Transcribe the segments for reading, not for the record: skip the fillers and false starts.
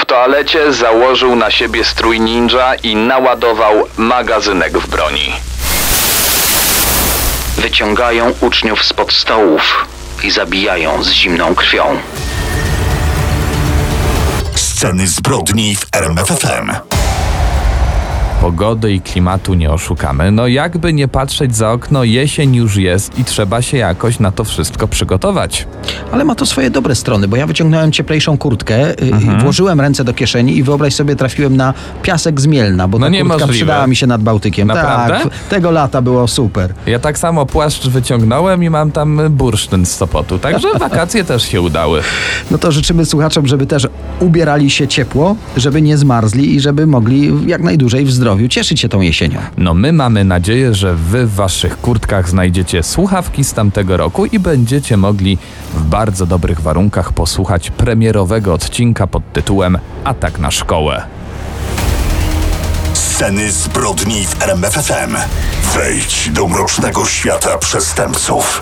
W toalecie założył na siebie strój ninja i naładował magazynek w broni. Wyciągają uczniów spod stołów i zabijają z zimną krwią. Sceny zbrodni w RMF FM. Pogody i klimatu nie oszukamy. No jakby nie patrzeć za okno, jesień już jest i trzeba się jakoś na to wszystko przygotować. Ale ma to swoje dobre strony, bo ja wyciągnąłem cieplejszą kurtkę, i włożyłem ręce do kieszeni i wyobraź sobie, trafiłem na piasek z Mielna, bo ta kurtka przydała mi się nad Bałtykiem. Naprawdę? Tak, tego lata było super. Ja tak samo płaszcz wyciągnąłem i mam tam bursztyn z Sopotu, także wakacje też się udały. No to życzymy słuchaczom, żeby też ubierali się ciepło, żeby nie zmarzli i żeby mogli jak najdłużej w zdrowiu cieszyć się tą jesienią. No my mamy nadzieję, że wy w waszych kurtkach znajdziecie słuchawki z tamtego roku i będziecie mogli w bardzo dobrych warunkach posłuchać premierowego odcinka pod tytułem Atak na szkołę. Sceny zbrodni w RMF FM. Wejdź do mrocznego świata przestępców.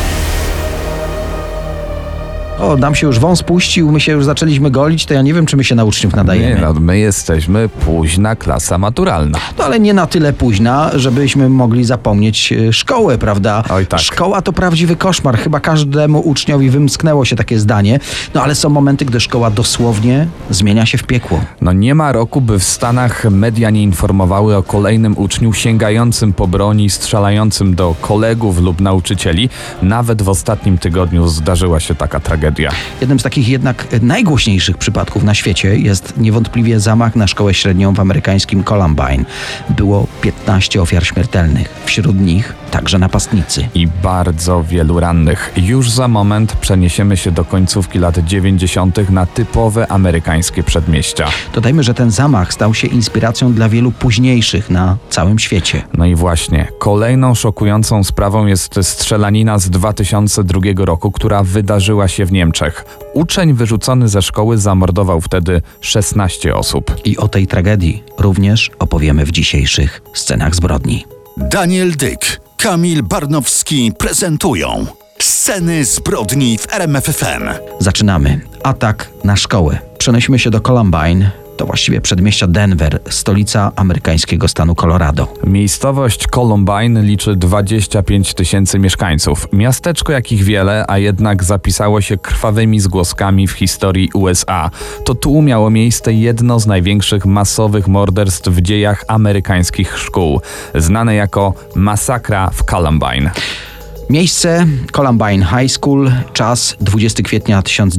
O, nam się już wąs puścił, my się już zaczęliśmy golić, to ja nie wiem, czy my się na uczniów nadajemy. Nie, no, my jesteśmy późna klasa maturalna. No ale nie na tyle późna, żebyśmy mogli zapomnieć szkołę, prawda? Oj, tak. Szkoła to prawdziwy koszmar. Chyba każdemu uczniowi wymsknęło się takie zdanie. No ale są momenty, gdy szkoła dosłownie zmienia się w piekło. No nie ma roku, by w Stanach media nie informowały o kolejnym uczniu sięgającym po broń, strzelającym do kolegów lub nauczycieli. Nawet w ostatnim tygodniu zdarzyła się taka tragedia. Jednym z takich jednak najgłośniejszych przypadków na świecie jest niewątpliwie zamach na szkołę średnią w amerykańskim Columbine. Było 15 ofiar śmiertelnych, wśród nich także napastnicy. I bardzo wielu rannych. Już za moment przeniesiemy się do końcówki lat 90. na typowe amerykańskie przedmieścia. Dodajmy, że ten zamach stał się inspiracją dla wielu późniejszych na całym świecie. No i właśnie, kolejną szokującą sprawą jest strzelanina z 2002 roku, która wydarzyła się w Niemczech. Uczeń wyrzucony ze szkoły zamordował wtedy 16 osób. I o tej tragedii również opowiemy w dzisiejszych Scenach zbrodni. Daniel Dyk, Kamil Barnowski prezentują Sceny zbrodni w RMF FM. Zaczynamy. Atak na szkołę. Przenosimy się do Columbine. To właściwie przedmieścia Denver, stolica amerykańskiego stanu Colorado. Miejscowość Columbine liczy 25 000 mieszkańców. Miasteczko jakich wiele, a jednak zapisało się krwawymi zgłoskami w historii USA. To tu miało miejsce jedno z największych masowych morderstw w dziejach amerykańskich szkół, znane jako masakra w Columbine. Miejsce Columbine High School, czas 20 kwietnia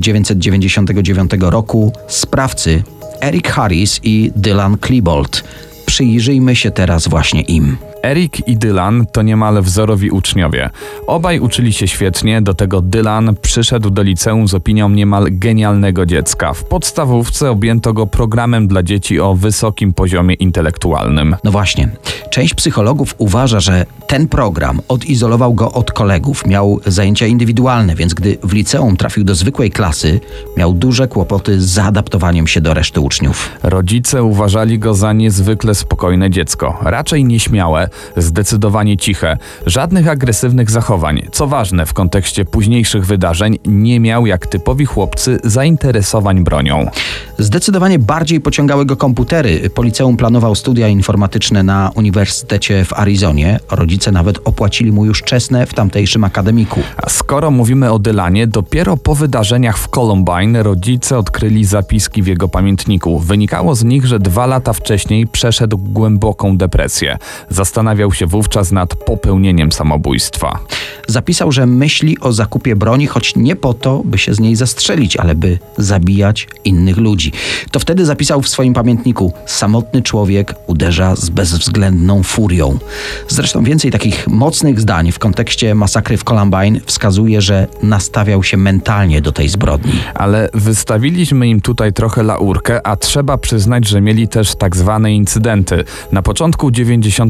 1999 roku. Sprawcy Eric Harris i Dylan Klebold. Przyjrzyjmy się teraz właśnie im. Eric i Dylan to niemal wzorowi uczniowie. Obaj uczyli się świetnie, do tego Dylan przyszedł do liceum z opinią niemal genialnego dziecka. W podstawówce objęto go programem dla dzieci o wysokim poziomie intelektualnym. No właśnie, część psychologów uważa, że ten program odizolował go od kolegów. Miał zajęcia indywidualne, więc gdy w liceum trafił do zwykłej klasy, miał duże kłopoty z zaadaptowaniem się do reszty uczniów. Rodzice uważali go za niezwykle spokojne dziecko, raczej nieśmiałe, zdecydowanie ciche, żadnych agresywnych zachowań. Co ważne, w kontekście późniejszych wydarzeń nie miał, jak typowi chłopcy, zainteresowań bronią. Zdecydowanie bardziej pociągały go komputery. Po liceum planował studia informatyczne na Uniwersytecie w Arizonie. Rodzice nawet opłacili mu już czesne w tamtejszym akademiku. A skoro mówimy o Dylanie, dopiero po wydarzeniach w Columbine rodzice odkryli zapiski w jego pamiętniku. Wynikało z nich, że 2 lata wcześniej przeszedł głęboką depresję. Zastanawiał się wówczas nad popełnieniem samobójstwa. Zapisał, że myśli o zakupie broni, choć nie po to, by się z niej zastrzelić, ale by zabijać innych ludzi. To wtedy zapisał w swoim pamiętniku: samotny człowiek uderza z bezwzględną furią. Zresztą więcej takich mocnych zdań w kontekście masakry w Columbine wskazuje, że nastawiał się mentalnie do tej zbrodni. Ale wystawiliśmy im tutaj trochę laurkę, a trzeba przyznać, że mieli też tak zwane incydenty. Na początku 98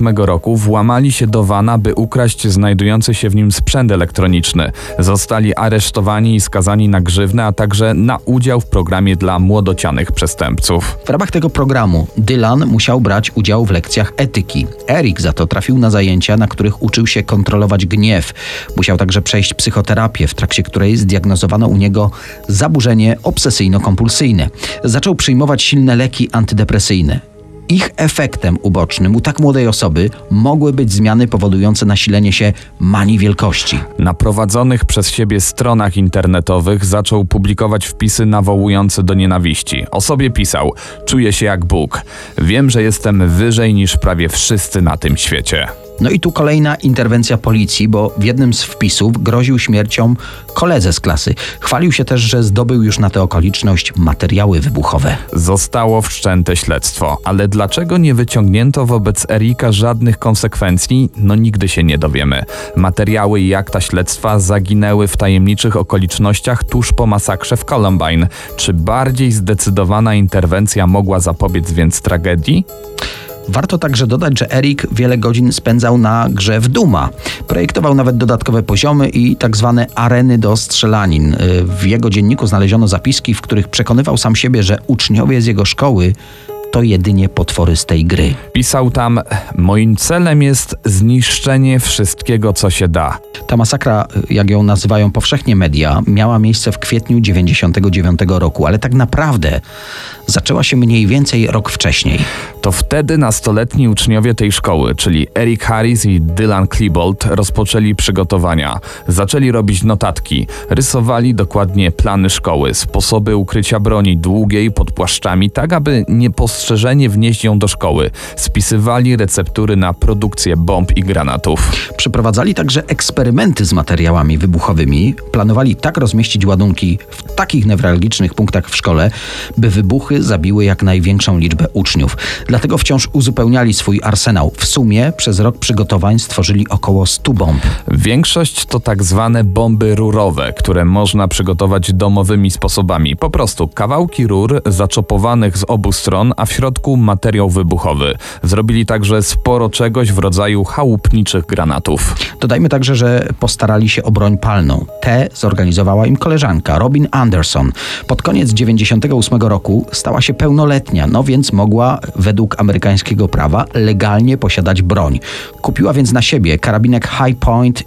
2008 roku włamali się do vana, by ukraść znajdujący się w nim sprzęt elektroniczny. Zostali aresztowani i skazani na grzywnę, a także na udział w programie dla młodocianych przestępców. W ramach tego programu Dylan musiał brać udział w lekcjach etyki. Eric za to trafił na zajęcia, na których uczył się kontrolować gniew. Musiał także przejść psychoterapię, w trakcie której zdiagnozowano u niego zaburzenie obsesyjno-kompulsyjne. Zaczął przyjmować silne leki antydepresyjne. Ich efektem ubocznym u tak młodej osoby mogły być zmiany powodujące nasilenie się manii wielkości. Na prowadzonych przez siebie stronach internetowych zaczął publikować wpisy nawołujące do nienawiści. O sobie pisał: czuję się jak Bóg. Wiem, że jestem wyżej niż prawie wszyscy na tym świecie. No i tu kolejna interwencja policji, bo w jednym z wpisów groził śmiercią koledze z klasy. Chwalił się też, że zdobył już na tę okoliczność materiały wybuchowe. Zostało wszczęte śledztwo, ale dlaczego nie wyciągnięto wobec Erika żadnych konsekwencji? No nigdy się nie dowiemy. Materiały i akta śledztwa zaginęły w tajemniczych okolicznościach tuż po masakrze w Columbine. Czy bardziej zdecydowana interwencja mogła zapobiec więc tragedii? Warto także dodać, że Eric wiele godzin spędzał na grze w Duma. Projektował nawet dodatkowe poziomy i tak zwane areny do strzelanin. W jego dzienniku znaleziono zapiski, w których przekonywał sam siebie, że uczniowie z jego szkoły to jedynie potwory z tej gry. Pisał tam: moim celem jest zniszczenie wszystkiego, co się da. Ta masakra, jak ją nazywają powszechnie media, miała miejsce w kwietniu 1999 roku, ale tak naprawdę zaczęła się mniej więcej rok wcześniej. To wtedy nastoletni uczniowie tej szkoły, czyli Eric Harris i Dylan Klebold, rozpoczęli przygotowania. Zaczęli robić notatki, rysowali dokładnie plany szkoły, sposoby ukrycia broni długiej pod płaszczami, tak aby niepostrzeżenie wnieść ją do szkoły. Spisywali receptury na produkcję bomb i granatów. Przeprowadzali także eksperymenty z materiałami wybuchowymi. Planowali tak rozmieścić ładunki w takich newralgicznych punktach w szkole, by wybuchy zabiły jak największą liczbę uczniów. Dlatego wciąż uzupełniali swój arsenał. W sumie przez rok przygotowań stworzyli około 100 bomb. Większość to tak zwane bomby rurowe, które można przygotować domowymi sposobami. Po prostu kawałki rur zaczopowanych z obu stron, a w środku materiał wybuchowy. Zrobili także sporo czegoś w rodzaju chałupniczych granatów. Dodajmy także, że postarali się o broń palną. Tę zorganizowała im koleżanka Robin Anderson. Pod koniec 1998 roku stała się pełnoletnia, no więc mogła według amerykańskiego prawa legalnie posiadać broń. Kupiła więc na siebie karabinek High Point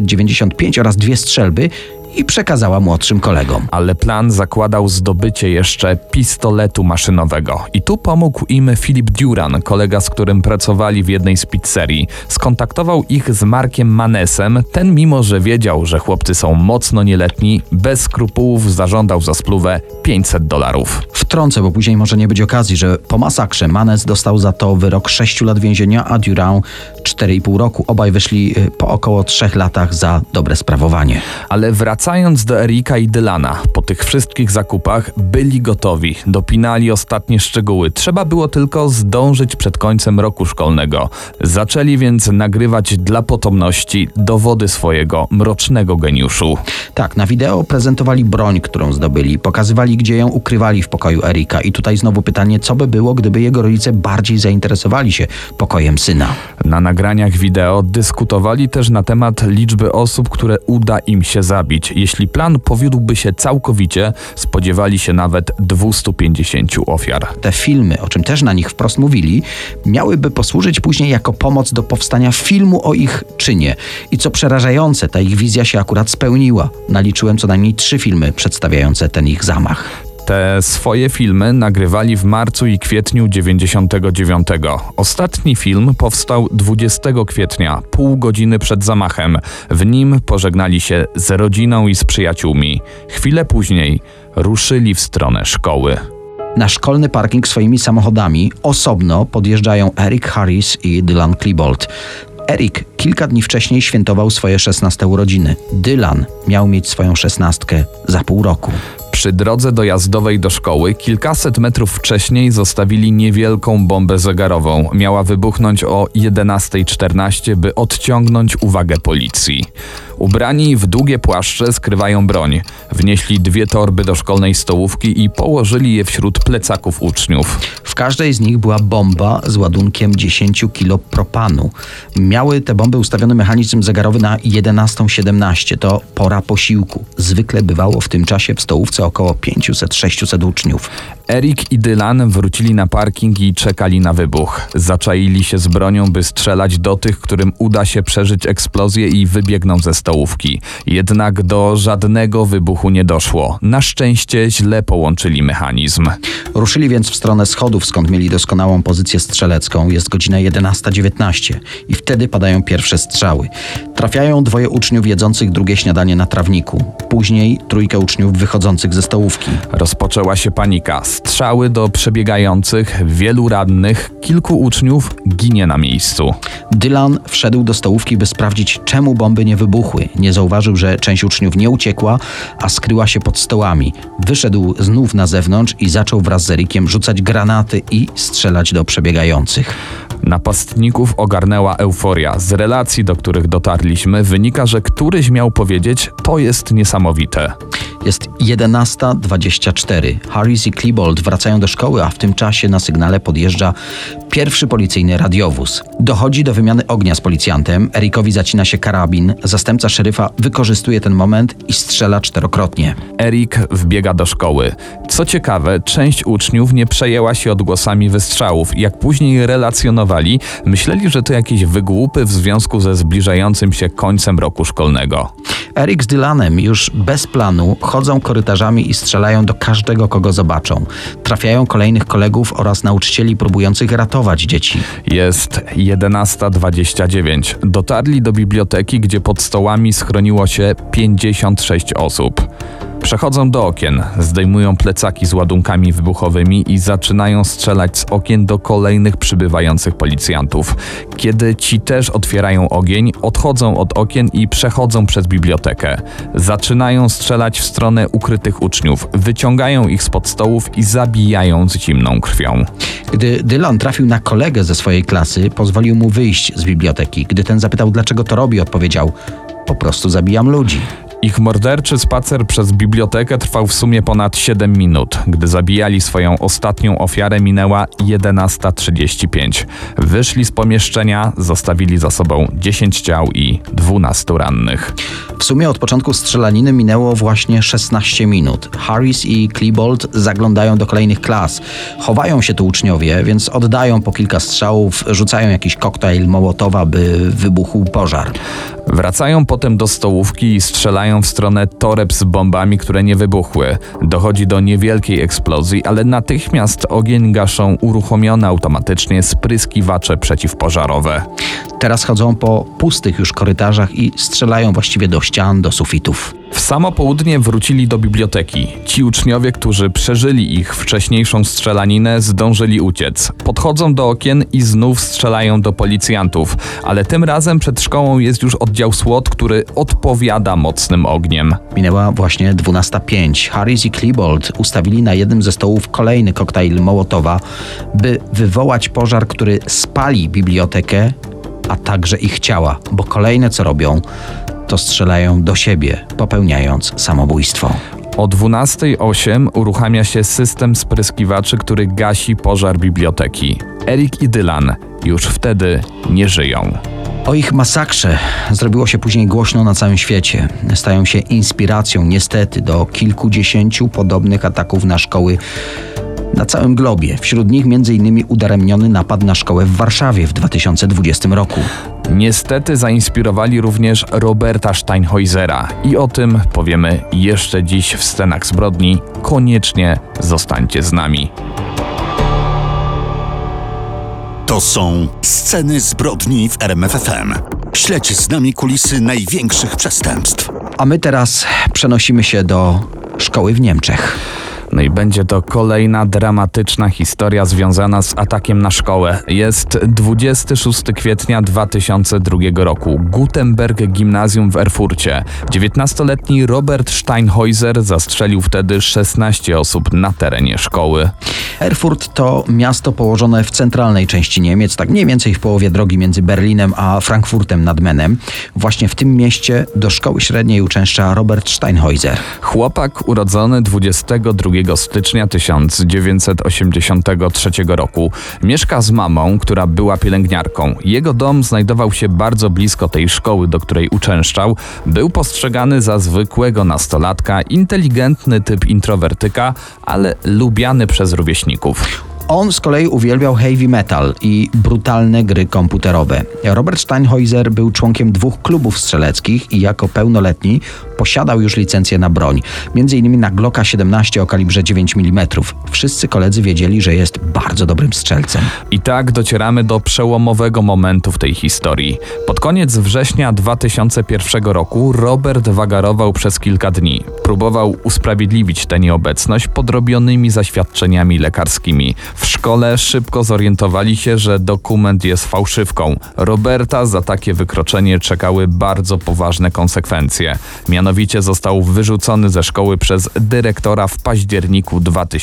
995 oraz 2 strzelby i przekazała młodszym kolegom. Ale plan zakładał zdobycie jeszcze pistoletu maszynowego. I tu pomógł im Philip Duran, kolega, z którym pracowali w jednej z pizzerii. Skontaktował ich z Markiem Manesem. Ten, mimo że wiedział, że chłopcy są mocno nieletni, bez skrupułów zażądał za spluwę $500. Wtrącę, bo później może nie być okazji, że po masakrze Manes dostał za to wyrok 6 lat więzienia, a Duran 4,5 roku. Obaj wyszli po około 3 latach za dobre sprawowanie. Ale wracając do Erika i Dylana, po tych wszystkich zakupach byli gotowi, dopinali ostatnie szczegóły. Trzeba było tylko zdążyć przed końcem roku szkolnego. Zaczęli więc nagrywać dla potomności dowody swojego mrocznego geniuszu. Tak, na wideo prezentowali broń, którą zdobyli. Pokazywali, gdzie ją ukrywali w pokoju Erika. I tutaj znowu pytanie, co by było, gdyby jego rodzice bardziej zainteresowali się pokojem syna. Na nagraniach wideo dyskutowali też na temat liczby osób, które uda im się zabić. Jeśli plan powiódłby się całkowicie, spodziewali się nawet 250 ofiar. Te filmy, o czym też na nich wprost mówili, miałyby posłużyć później jako pomoc do powstania filmu o ich czynie. I co przerażające, ta ich wizja się akurat spełniła. Naliczyłem co najmniej 3 filmy przedstawiające ten ich zamach. Te swoje filmy nagrywali w marcu i kwietniu 99. Ostatni film powstał 20 kwietnia, pół godziny przed zamachem. W nim pożegnali się z rodziną i z przyjaciółmi. Chwilę później ruszyli w stronę szkoły. Na szkolny parking swoimi samochodami osobno podjeżdżają Eric Harris i Dylan Klebold. Eric kilka dni wcześniej świętował swoje 16 urodziny. Dylan miał mieć swoją 16 za pół roku. Przy drodze dojazdowej do szkoły kilkaset metrów wcześniej zostawili niewielką bombę zegarową. Miała wybuchnąć o 11:14, by odciągnąć uwagę policji. Ubrani w długie płaszcze skrywają broń. Wnieśli 2 torby do szkolnej stołówki i położyli je wśród plecaków uczniów. W każdej z nich była bomba z ładunkiem 10 kg propanu. Miały te bomby ustawiony mechanizm zegarowy na 11:17. To pora posiłku. Zwykle bywało w tym czasie w stołówce około 500-600 uczniów. Eric i Dylan wrócili na parking i czekali na wybuch. Zaczaili się z bronią, by strzelać do tych, którym uda się przeżyć eksplozję i wybiegną ze stołówki. Jednak do żadnego wybuchu nie doszło. Na szczęście źle połączyli mechanizm. Ruszyli więc w stronę schodów, skąd mieli doskonałą pozycję strzelecką. Jest godzina 11:19 i wtedy padają pierwsze strzały. Trafiają 2 uczniów jedzących drugie śniadanie na trawniku. Później 3 uczniów wychodzących ze stołówki. Rozpoczęła się panika. Strzały do przebiegających, wielu rannych, kilku uczniów ginie na miejscu. Dylan wszedł do stołówki, by sprawdzić, czemu bomby nie wybuchły. Nie zauważył, że część uczniów nie uciekła, a skryła się pod stołami. Wyszedł znów na zewnątrz i zaczął wraz z Ericiem rzucać granaty i strzelać do przebiegających. Napastników ogarnęła euforia. Z relacji, do których dotarliśmy, wynika, że któryś miał powiedzieć: to jest niesamowite. Jest 11:24. Harris i Klebold wracają do szkoły, a w tym czasie na sygnale podjeżdża pierwszy policyjny radiowóz. Dochodzi do wymiany ognia z policjantem. Ericowi zacina się karabin. Zastępca szeryfa wykorzystuje ten moment i strzela 4-krotnie. Eric wbiega do szkoły. Co ciekawe, część uczniów nie przejęła się odgłosami wystrzałów. Jak później relacjonowali, myśleli, że to jakieś wygłupy w związku ze zbliżającym się końcem roku szkolnego. Eric z Dylanem już bez planu chodzą korytarzami i strzelają do każdego, kogo zobaczą. Trafiają kolejnych kolegów oraz nauczycieli próbujących ratować dzieci. Jest 11:29. Dotarli do biblioteki, gdzie pod stołami schroniło się 56 osób. Przechodzą do okien, zdejmują plecaki z ładunkami wybuchowymi i zaczynają strzelać z okien do kolejnych przybywających policjantów. Kiedy ci też otwierają ogień, odchodzą od okien i przechodzą przez bibliotekę. Zaczynają strzelać w stronę ukrytych uczniów, wyciągają ich spod stołów i zabijają z zimną krwią. Gdy Dylan trafił na kolegę ze swojej klasy, pozwolił mu wyjść z biblioteki. Gdy ten zapytał, dlaczego to robi, odpowiedział: po prostu zabijam ludzi. Ich morderczy spacer przez bibliotekę trwał w sumie ponad 7 minut. Gdy zabijali swoją ostatnią ofiarę, minęła 11:35. Wyszli z pomieszczenia, zostawili za sobą 10 ciał i 12 rannych. W sumie od początku strzelaniny minęło właśnie 16 minut. Harris i Klebold zaglądają do kolejnych klas. Chowają się tu uczniowie, więc oddają po kilka strzałów, rzucają jakiś koktajl Mołotowa, by wybuchł pożar. Wracają potem do stołówki i strzelają w stronę toreb z bombami, które nie wybuchły. Dochodzi do niewielkiej eksplozji, ale natychmiast ogień gaszą uruchomione automatycznie spryskiwacze przeciwpożarowe. Teraz chodzą po pustych już korytarzach i strzelają właściwie do ścian, do sufitów. W samo południe wrócili do biblioteki. Ci uczniowie, którzy przeżyli ich wcześniejszą strzelaninę, zdążyli uciec. Podchodzą do okien i znów strzelają do policjantów, ale tym razem przed szkołą jest już oddział SWAT, który odpowiada mocnym ogniem. Minęła właśnie 12:05. Harris i Klebold ustawili na jednym ze stołów kolejny koktajl Mołotowa, by wywołać pożar, który spali bibliotekę, a także ich ciała, bo kolejne co robią, to strzelają do siebie, popełniając samobójstwo. O 12:08 uruchamia się system spryskiwaczy, który gasi pożar biblioteki. Eric i Dylan już wtedy nie żyją. O ich masakrze zrobiło się później głośno na całym świecie. Stają się inspiracją, niestety, do kilkudziesięciu podobnych ataków na szkoły na całym globie. Wśród nich m.in. udaremniony napad na szkołę w Warszawie w 2020 roku. Niestety zainspirowali również Roberta Steinhäusera i o tym powiemy jeszcze dziś w Scenach zbrodni. Koniecznie zostańcie z nami. To są Sceny zbrodni w RMF FM. Śledź z nami kulisy największych przestępstw. A my teraz przenosimy się do szkoły w Niemczech. No i będzie to kolejna dramatyczna historia związana z atakiem na szkołę. Jest 26 kwietnia 2002 roku. Gutenberg Gimnazjum w Erfurcie. 19-letni Robert Steinhäuser zastrzelił wtedy 16 osób na terenie szkoły. Erfurt to miasto położone w centralnej części Niemiec, tak mniej więcej w połowie drogi między Berlinem a Frankfurtem nad Menem. Właśnie w tym mieście do szkoły średniej uczęszcza Robert Steinhäuser. Chłopak urodzony 22 stycznia 1983 roku. Mieszka z mamą, która była pielęgniarką. Jego dom znajdował się bardzo blisko tej szkoły, do której uczęszczał. Był postrzegany za zwykłego nastolatka, inteligentny typ introwertyka, ale lubiany przez rówieśników. On z kolei uwielbiał heavy metal i brutalne gry komputerowe. Robert Steinhäuser był członkiem 2 klubów strzeleckich i jako pełnoletni posiadał już licencję na broń. Między innymi na Glocka 17 o kalibrze 9 mm. Wszyscy koledzy wiedzieli, że jest bardzo dobrym strzelcem. I tak docieramy do przełomowego momentu w tej historii. Pod koniec września 2001 roku Robert wagarował przez kilka dni. Próbował usprawiedliwić tę nieobecność podrobionymi zaświadczeniami lekarskimi. W szkole szybko zorientowali się, że dokument jest fałszywką. Roberta za takie wykroczenie czekały bardzo poważne konsekwencje. Mianowicie został wyrzucony ze szkoły przez dyrektora w październiku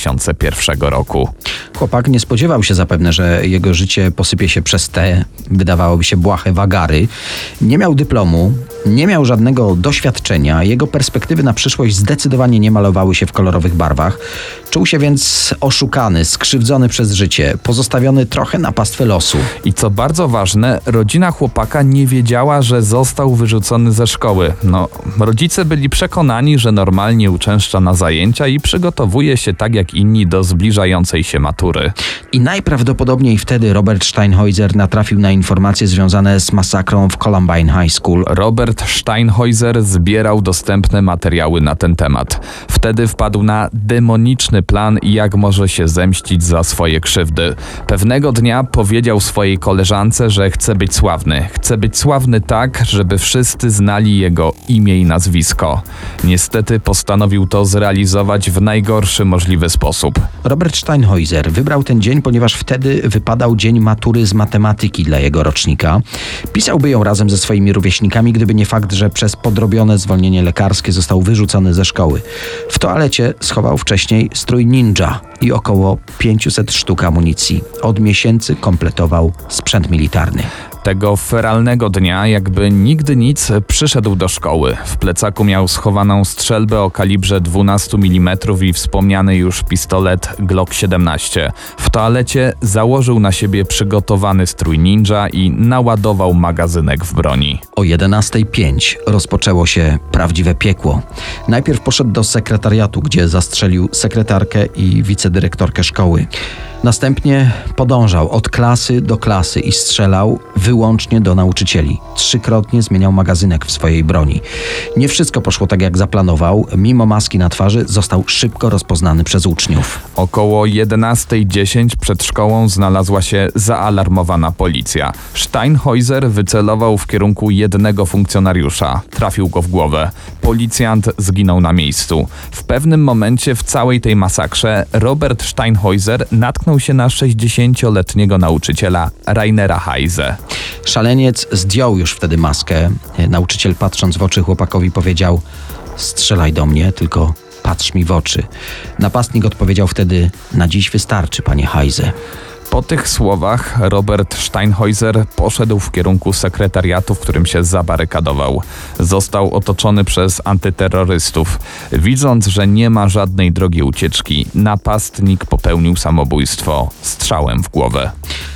2001 roku. Chłopak nie spodziewał się zapewne, że jego życie posypie się przez te, wydawałoby się, błahe wagary. Nie miał dyplomu, nie miał żadnego doświadczenia. Jego perspektywy na przyszłość zdecydowanie nie malowały się w kolorowych barwach. Czuł się więc oszukany, skrzywdzony przez życie, pozostawiony trochę na pastwę losu. I co bardzo ważne, rodzina chłopaka nie wiedziała, że został wyrzucony ze szkoły. Rodzice byli przekonani, że normalnie uczęszcza na zajęcia i przygotowuje się tak jak inni do zbliżającej się matury. I najprawdopodobniej wtedy Robert Steinhäuser natrafił na informacje związane z masakrą w Columbine High School. Robert Steinhäuser zbierał dostępne materiały na ten temat. Wtedy wpadł na demoniczny plan, jak może się zemścić za swoje krzywdy. Pewnego dnia powiedział swojej koleżance, że chce być sławny. Chce być sławny tak, żeby wszyscy znali jego imię i nazwisko. Niestety postanowił to zrealizować w najgorszy możliwy sposób. Robert Steinhäuser wybrał ten dzień, ponieważ wtedy wypadał dzień matury z matematyki dla jego rocznika. Pisałby ją razem ze swoimi rówieśnikami, gdyby nie fakt, że przez podrobione zwolnienie lekarskie został wyrzucony ze szkoły. W toalecie schował wcześniej strój ninja i około 500 sztuk amunicji. Od miesięcy kompletował sprzęt militarny. Tego feralnego dnia, jakby nigdy nic, przyszedł do szkoły. W plecaku miał schowaną strzelbę o kalibrze 12 mm i wspomniany już pistolet Glock 17. W toalecie założył na siebie przygotowany strój ninja i naładował magazynek w broni. O 11:05 rozpoczęło się prawdziwe piekło. Najpierw poszedł do sekretariatu, gdzie zastrzelił sekretarkę i wicedyrektorkę szkoły. Następnie podążał od klasy do klasy i strzelał wyłącznie do nauczycieli. 3-krotnie zmieniał magazynek w swojej broni. Nie wszystko poszło tak, jak zaplanował. Mimo maski na twarzy został szybko rozpoznany przez uczniów. Około 11:10 przed szkołą znalazła się zaalarmowana policja. Steinhäuser wycelował w kierunku jednego funkcjonariusza. Trafił go w głowę. Policjant zginął na miejscu. W pewnym momencie w całej tej masakrze Robert Steinhäuser natknął się na 60-letniego nauczyciela Rainera Heise. Szaleniec zdjął już wtedy maskę. Nauczyciel, patrząc w oczy chłopakowi, powiedział: strzelaj do mnie, tylko patrz mi w oczy. Napastnik odpowiedział wtedy: na dziś wystarczy, panie Heise. Po tych słowach Robert Steinhäuser poszedł w kierunku sekretariatu, w którym się zabarykadował. Został otoczony przez antyterrorystów. Widząc, że nie ma żadnej drogi ucieczki, napastnik popełnił samobójstwo strzałem w głowę.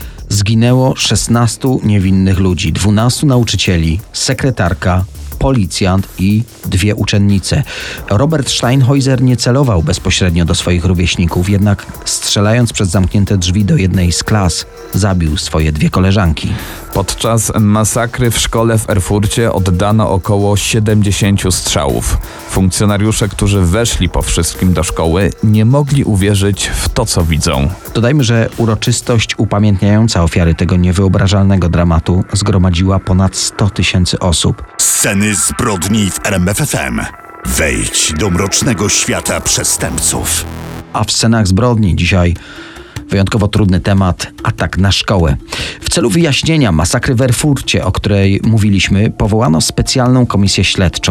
Zginęło 16 niewinnych ludzi, 12 nauczycieli, sekretarka, policjant i 2 uczennice. Robert Steinhäuser nie celował bezpośrednio do swoich rówieśników, jednak strzelając przez zamknięte drzwi do jednej z klas, zabił swoje 2 koleżanki. Podczas masakry w szkole w Erfurcie oddano około 70 strzałów. Funkcjonariusze, którzy weszli po wszystkim do szkoły, nie mogli uwierzyć w to, co widzą. Dodajmy, że uroczystość upamiętniająca ofiary tego niewyobrażalnego dramatu zgromadziła ponad 100 000 osób. Sceny zbrodni w RMF FM. Wejdź do mrocznego świata przestępców. A w scenach zbrodni dzisiaj wyjątkowo trudny temat – atak na szkołę. W celu wyjaśnienia masakry w Erfurcie, o której mówiliśmy, powołano specjalną komisję śledczą.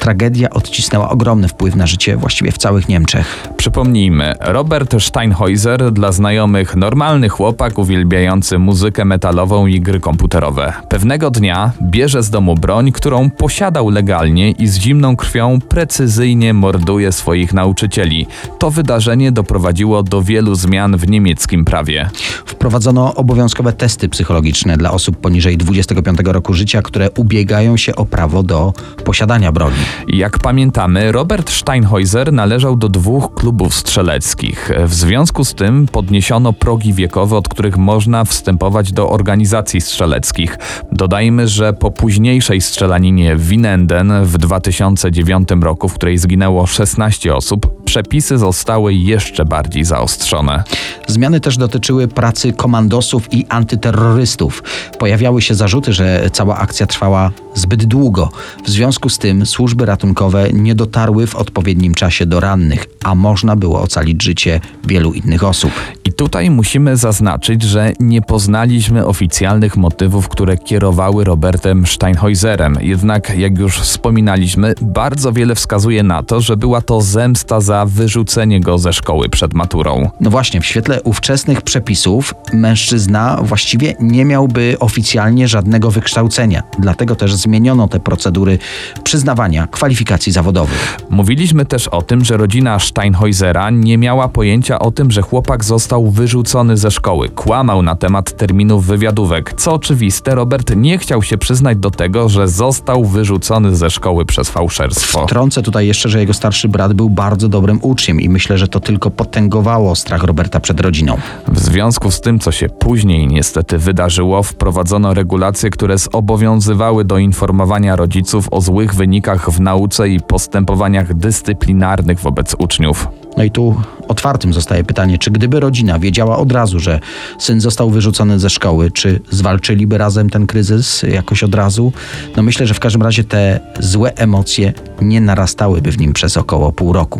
tragedia odcisnęła ogromny wpływ na życie właściwie w całych Niemczech. Przypomnijmy, Robert Steinhäuser, dla znajomych normalny chłopak uwielbiający muzykę metalową i gry komputerowe. Pewnego dnia bierze z domu broń, którą posiadał legalnie i z zimną krwią precyzyjnie morduje swoich nauczycieli. To wydarzenie doprowadziło do wielu zmian w niemieckim prawie. Wprowadzono obowiązkowe testy psychologiczne dla osób poniżej 25 roku życia, które ubiegają się o prawo do posiadania broni. Jak pamiętamy, Robert Steinhäuser należał do 2 klubów strzeleckich. W związku z tym podniesiono progi wiekowe, od których można wstępować do organizacji strzeleckich. Dodajmy, że po późniejszej strzelaninie w Winnenden w 2009 roku, w której zginęło 16 osób, przepisy zostały jeszcze bardziej zaostrzone. Zmiany też dotyczyły pracy komandosów i antyterrorystów. Pojawiały się zarzuty, że cała akcja trwała zbyt długo. W związku z tym służby ratunkowe nie dotarły w odpowiednim czasie do rannych, a można było ocalić życie wielu innych osób. I tutaj musimy zaznaczyć, że nie poznaliśmy oficjalnych motywów, które kierowały Robertem Steinhäuserem. Jednak, jak już wspominaliśmy, bardzo wiele wskazuje na to, że była to zemsta za wyrzucenie go ze szkoły przed maturą. No właśnie, w świetle ówczesnych przepisów mężczyzna właściwie nie miałby oficjalnie żadnego wykształcenia. Dlatego też zmieniono te procedury przyznawania kwalifikacji zawodowych. Mówiliśmy też o tym, że rodzina Steinhäusera nie miała pojęcia o tym, że chłopak został wyrzucony ze szkoły. Kłamał na temat terminów wywiadówek. Co oczywiste, Robert nie chciał się przyznać do tego, że został wyrzucony ze szkoły przez fałszerstwo. Wtrącę tutaj jeszcze, że jego starszy brat był bardzo dobrym uczniem i myślę, że to tylko potęgowało strach Roberta przed rodziną. W związku z tym, co się później niestety wydarzyło, wprowadzono regulacje, które zobowiązywały do informowania rodziców o złych wynikach w nauce i postępowaniach dyscyplinarnych wobec uczniów. No i tu otwartym zostaje pytanie, czy gdyby rodzina wiedziała od razu, że syn został wyrzucony ze szkoły, czy zwalczyliby razem ten kryzys jakoś od razu? No myślę, że w każdym razie te złe emocje nie narastałyby w nim przez około pół roku.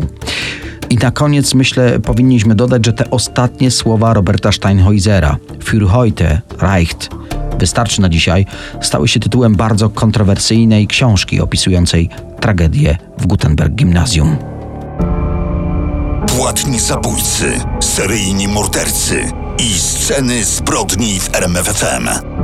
I na koniec, myślę, powinniśmy dodać, że te ostatnie słowa Roberta Steinhäusera, für heute reicht, wystarczy na dzisiaj, stały się tytułem bardzo kontrowersyjnej książki opisującej tragedię w Gutenberg Gimnazjum. Płatni zabójcy, seryjni mordercy i sceny zbrodni w RMF FM.